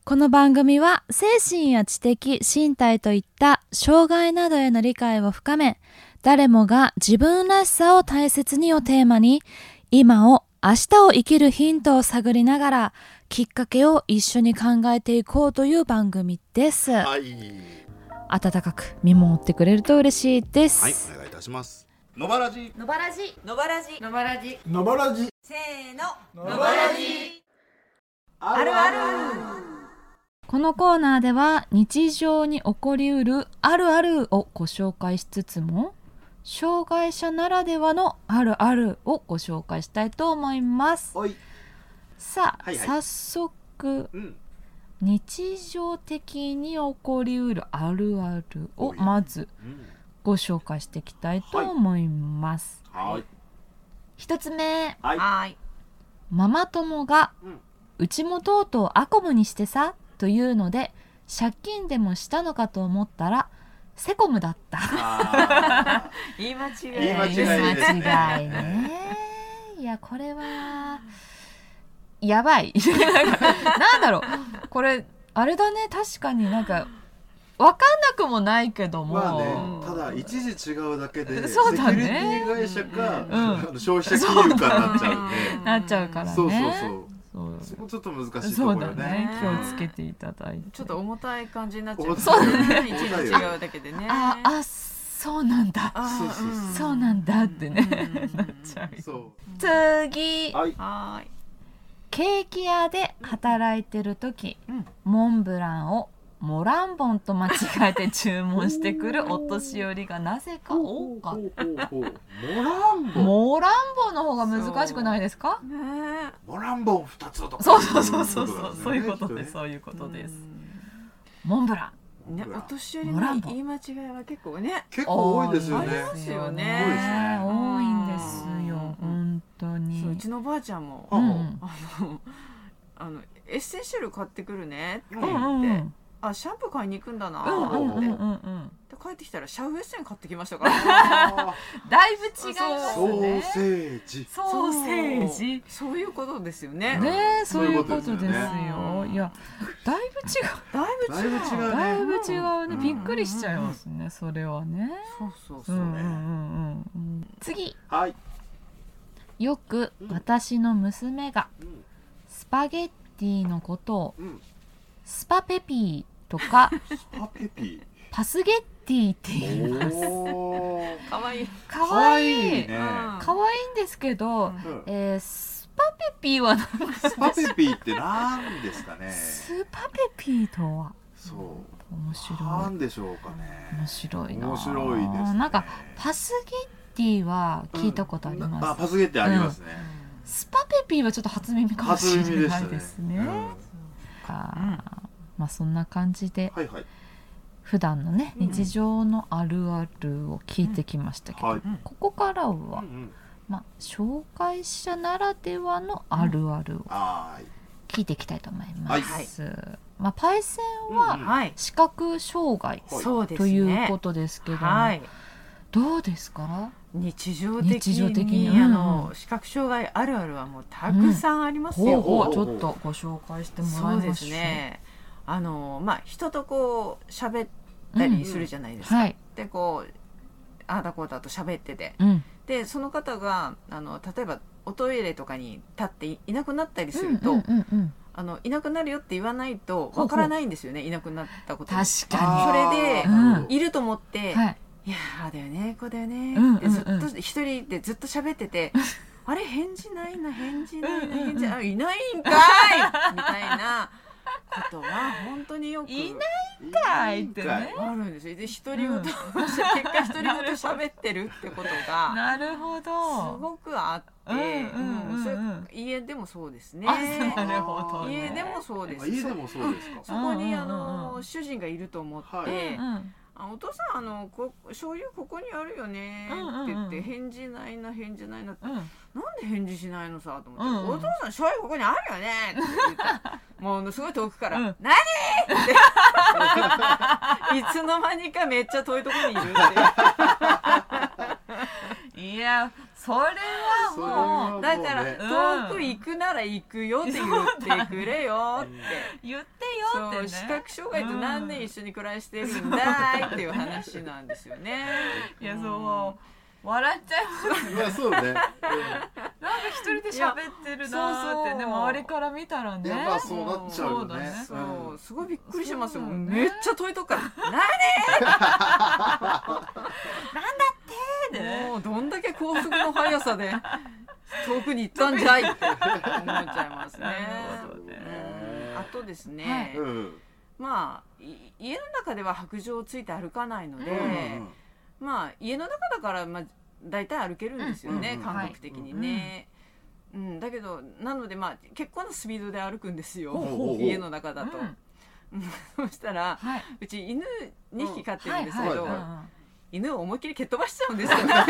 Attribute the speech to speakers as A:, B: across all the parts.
A: この番組は精神や知的、身体といった障害などへの理解を深め、誰もが自分らしさを大切にをテーマに、今を明日を生きるヒントを探りながらきっかけを一緒に考えていこうという番組です。
B: はい、
A: 温かく見守ってくれると嬉しいです。
B: はい、お願いいたします。のばらじ
C: のばらじのばらじのばらじ
D: のばらじ
C: せーののばらじあるある。
A: このコーナーでは日常に起こりうるあるあるをご紹介しつつも、障害者ならではのあるあるをご紹介したいと思います。
B: おい。
A: さあ、
B: はいはい、
A: 早速、日常的に起こりうるあるあるをまずご紹介していきたいと思います。
B: はい。
A: 一つ目、
C: はい。
A: ママ友が、うちもとうとうアコムにしてさというので借金でもしたのかと思ったらセコムだった。
C: 言い間違い。
B: 言い間違いですね。
A: 間違いね。いや、これはやばい。なんだろう、これあれだね、確かになんか分かんなくもないけども、
B: まあね、ただ一時違うだけで
A: そうだね、
B: セキュリティ会社か、消費者金融かになっちゃうんで、
A: なっちゃうからね。
B: そうそこちょっと難しいところよね。
A: そうだね、気をつけていただいて。
C: ちょっと重たい感じになっちゃう。
A: そうだね、
C: 一時違うだけでね。
A: そうなんだ、そうなんだってね、なっちゃう。次、
C: はい。
A: ケーキ屋で働いてる時、モンブランをモランボンと間違えて注文してくるお年寄りがなぜか多かった。モランボンの方が難しくないですか？
B: モランボン2つとか。
A: そういうことです、そういうことです。モンブラン
C: ね、お年寄りの言い間違いは結構ね、
B: 結構多いですよね。
C: ありますよね。
A: 多いんですよ、本当に。
C: うちのばあちゃんも、エッセンシャル買ってくるねって言って、シャンプー買いに行くんだなって帰ってきたらシャウエッセン買ってきましたから。
A: だいぶ違いますね。
B: ソーセージ、
C: そういうことですよね。
A: そういうことですよ。いや、だいぶ違うね。びっくりしちゃいますね、それはね。
C: そう
A: 次、よく私の娘がスパゲッティのことをスパペピーとかパスゲッティって言います。
C: かわいい。
A: かわいいんですけど、スパペピーは何ですか？
B: スパペピーって何ですかね。
A: スパペピーとは、面白い。
B: 何でしょうかね。
A: 面白いな。
B: 面白いですね。
A: なんかパスゲッティは聞いたことあります。
B: パスゲッティありますね。
A: スパペピーはちょっと初耳かもしれないですね。まあそんな感じで、普段のね、日常のあるあるを聞いてきましたけど、ここからは、障害者ならではのあるあるを聞いていきたいと思います。パイセンは視覚障害ということですけども、どうですか？
C: 日常的に視覚障害あるあるはもうたくさんありますよ。
A: ちょっとご紹介してもらいましょう。
C: そうですね。人とこう喋ったりするじゃないですか。でこうああだこうだと喋ってて、でその方が例えばおトイレとかに立っていなくなったりすると、いなくなるよって言わないとわからないんですよね。いなくなったこと。
A: 確か
C: に。それでいると思って。いやーだよね、こうだよねってずっと一人でずっと喋ってて、あれ返事ないな、いないんかいみたいなことは本当によく
A: いないんかいってね、
C: あるんですよ。で独り言結果独り言喋ってるってことが
A: なるほど
C: すごくあって、家でもそうですね。
A: なるほどね。
C: 家でもそうです。
B: 家でもそうですか。
C: そこに主人がいると思って、お父さん醤油ここにあるよねって言って返事ないなって、なんで返事しないのさと思って、お父さん醤油ここにあるよねって言ったら、もうすごい遠くから何っていつの間にかめっちゃ遠いところにいるって
A: いやそれはもう
C: だから遠く行くなら行くよって言ってくれよって
A: 言ってよってね、
C: 視覚障害と何年一緒に暮らしてるんだいっていう話なんですよね。
A: いやそう笑っちゃいますね。
B: いやそうね。
A: なんか一人で喋ってるなーってね、周りから見たらね。
B: やっぱそうなっちゃうよね。
C: そうすごいびっくりしますよ。めっちゃ遠いとこから「何?」もうどんだけ高速の速さで遠くに行ったんじゃいって思っちゃいますね。あとですね、まあ家の中では白杖をついて歩かないので、まあ家の中だからまあ大体歩けるんですよね、感覚的にね。だけどなのでまあ結構なスピードで歩くんですよ、家の中だと。そしたらうち犬2匹飼ってるんですけど、犬を思いっきり蹴っ飛ばしちゃうんですよね。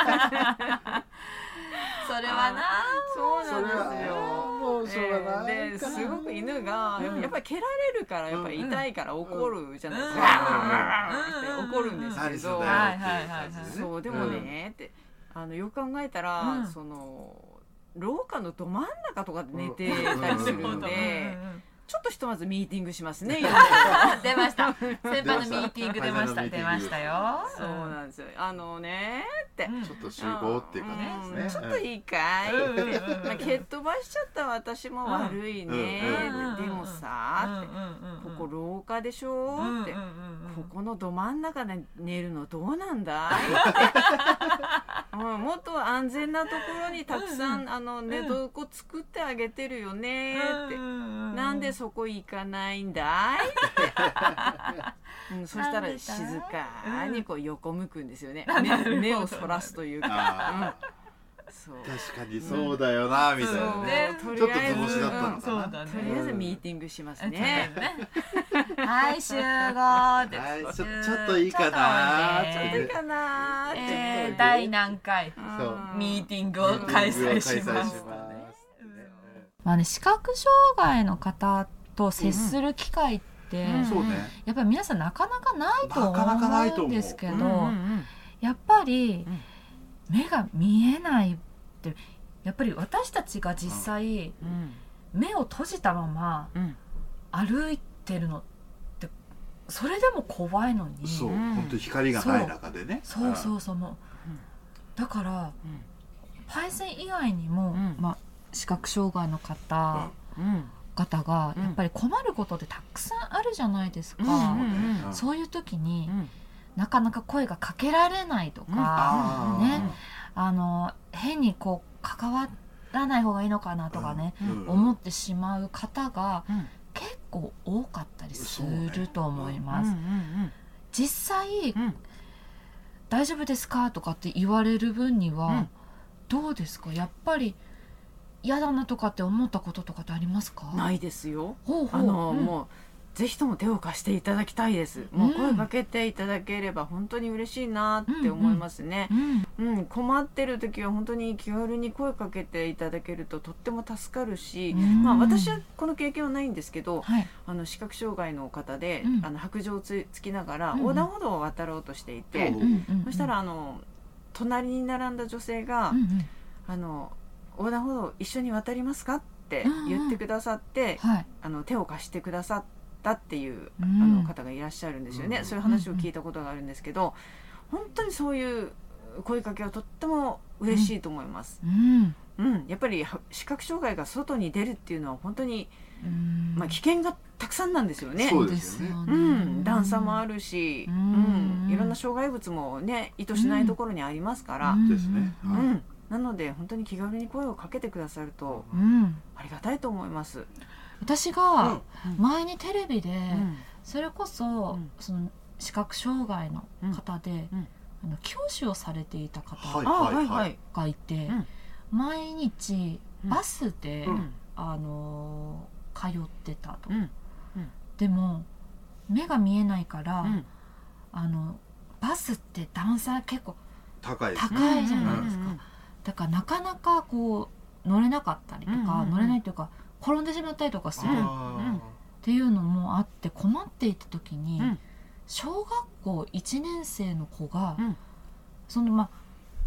A: それはな、
C: そうなんですよ。もうしょうがない。ですごく犬がやっぱり蹴られるからやっぱり痛いから怒るじゃないですか。怒るんですけど、そうでもねってよく考えたらその廊下のど真ん中とかで寝てたりするんで。ちょっとひとまずミーティングしますね。
A: 出ました。先輩のミーティング出ました。出ましたよ。
C: そうなんですよ。ねって。
B: ちょっと集合っていう感じですね。
C: ちょっといいかいって。蹴っ飛ばしちゃった私も悪いね。でもさ、ここ廊下でしょって。ここのど真ん中で寝るのどうなんだいって。もっと安全なところにたくさん寝床作ってあげてるよねって。なんでそこ行かないんだいって、そしたら静かにこう横向くんですよね。目をそらすというか。
B: 確かにそうだよなみたいなね。ちょっと図星だったのかな。
C: とりあえずミーティングしますね。
A: はい集合
B: です。ちょっといいかな。
C: ちょっといいかな。
A: 第何回ミーティングを開催します。まあね、視覚障害の方と接する機会って、やっぱり皆さんなかなかないと思うんですけど、やっぱり目が見えないってやっぱり私たちが実際、目を閉じたまま歩いてるのってそれでも怖いのに、
B: そう本当に光がない中でね。
A: そうもうだから、パイセン以外にも、まあ視覚障害の方がやっぱり困ることってたくさんあるじゃないですか。そういう時になかなか声がかけられないとかね、変にこう関わらない方がいいのかなとかね、思ってしまう方が結構多かったりすると思います。実際大丈夫ですかとかって言われる分にはどうですか？やっぱり嫌だなとかって思ったこととかってありますか？
C: ないですよ。もうぜひとも手を貸していただきたいです。もう声かけていただければ本当に嬉しいなって思いますね。困ってる時は本当に気軽に声かけていただけるととっても助かるし、まあ私はこの経験はないんですけど、視覚障害の方で白杖をつきながら横断歩道を渡ろうとしていて、そしたら隣に並んだ女性が横断歩道一緒に渡りますかって言ってくださって、手を貸してくださったっていう方がいらっしゃるんですよね。そういう話を聞いたことがあるんですけど、本当にそういう声かけはとっても嬉しいと思います。やっぱり視覚障害が外に出るっていうのは本当に危険がたくさんなんですよね。
B: そうですよ
C: ね。段差もあるし、いろんな障害物もね意図しないところにありますから。
B: ですね。
C: なので本当に気軽に声をかけてくださるとありがたいと思います。
A: 私が前にテレビでそれこそその視覚障害の方で教師をされていた方がいて、毎日バスで通ってたと。でも目が見えないからバスって段差結構高いじゃないですか。だからなかなかこう乗れなかったりとか、乗れないというか転んでしまったりとかするっていうのもあって困っていた時に、小学校1年生の子がその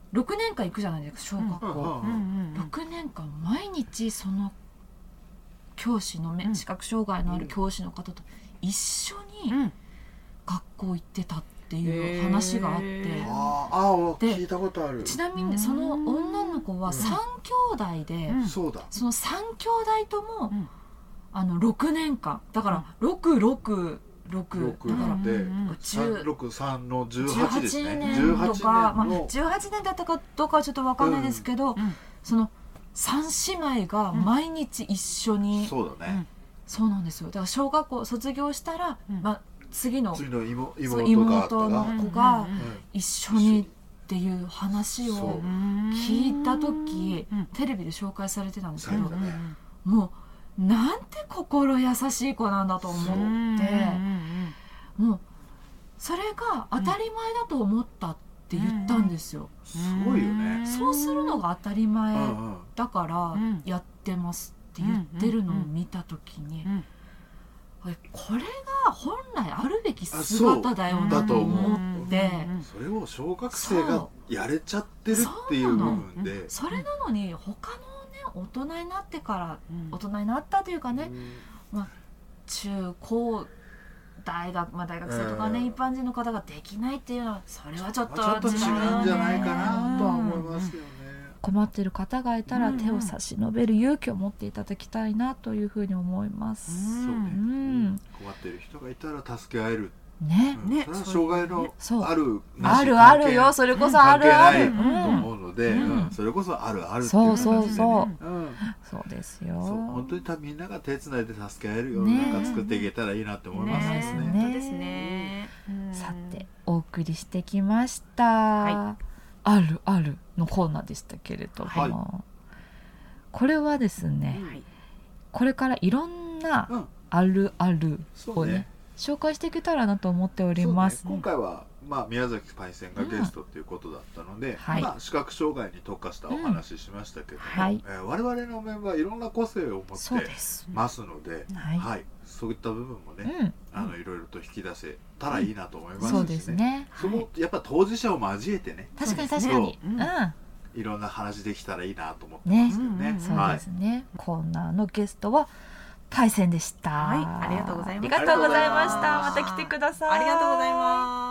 A: 6年間行くじゃないですか小学校、6年間毎日その教師の視覚障害のある教師の方と一緒に学校行ってたっていう話があって、
B: 聞いたことある。
A: ちなみにその女の子は3兄弟で、その3兄弟とも6年間だから6だから
B: 3の18ですね。
A: 18年とか18年だったかどうかはちょっと分かんないですけど、その3姉妹が毎日一緒に、
B: そうだね、
A: そうなんですよ。だから小学校卒業したら、次の
B: 妹
A: の子が一緒にっていう話を聞いた時、テレビで紹介されてたんですけど、もうなんて心優しい子なんだと思って、もうそれが当たり前だと思ったって言ったんですよ。
B: すごいよね。
A: そうするのが当たり前だからやってますって言ってるのを見た時に、これが本来あるべき姿だよなと思って、
B: それを小学生がやれちゃってるっていう部分で、
A: それなのに他のね大人になってから、大人になったというかね、中高大学生とかね、一般人の方ができないっていうのはそれはちょっと
B: 違うんじゃないかなとは思いますよね。
A: 困ってる方がいたら手を差し伸べる勇気を持っていただきたいなというふうに思います。
B: そうね、困ってる人がいたら助け合える
A: ね、
B: それは障害のある
A: あるよ、それこそあるある
B: と思うので、それこそあるあるって
A: いう形でね、そうですよ。
B: 本当にみんなが手つないで助け合える世の中作っていけたらいいなって思いますね。
C: 本当ですね。
A: さてお送りしてきました、あるあるのコーナーでしたけれども、これはですね、これからいろんなあるあるをね紹介していけたらなと思っております。
B: 今回は宮崎パイセンがゲストということだったので、視覚障害に特化したお話しましたけども、我々のメンバーいろんな個性を持ってますので、そういった部分もね、いろいろと引き出せたらいいなと思いますしね。そのやっぱ当事者を交えてね、
A: 確かに
B: いろんな話できたらいいなと思ってますけどね。
A: そうですね。コーナーのゲストはパイセンでした。
C: ありがとうございました。
A: ありがとうございました。また来てください。
C: ありがとうございます。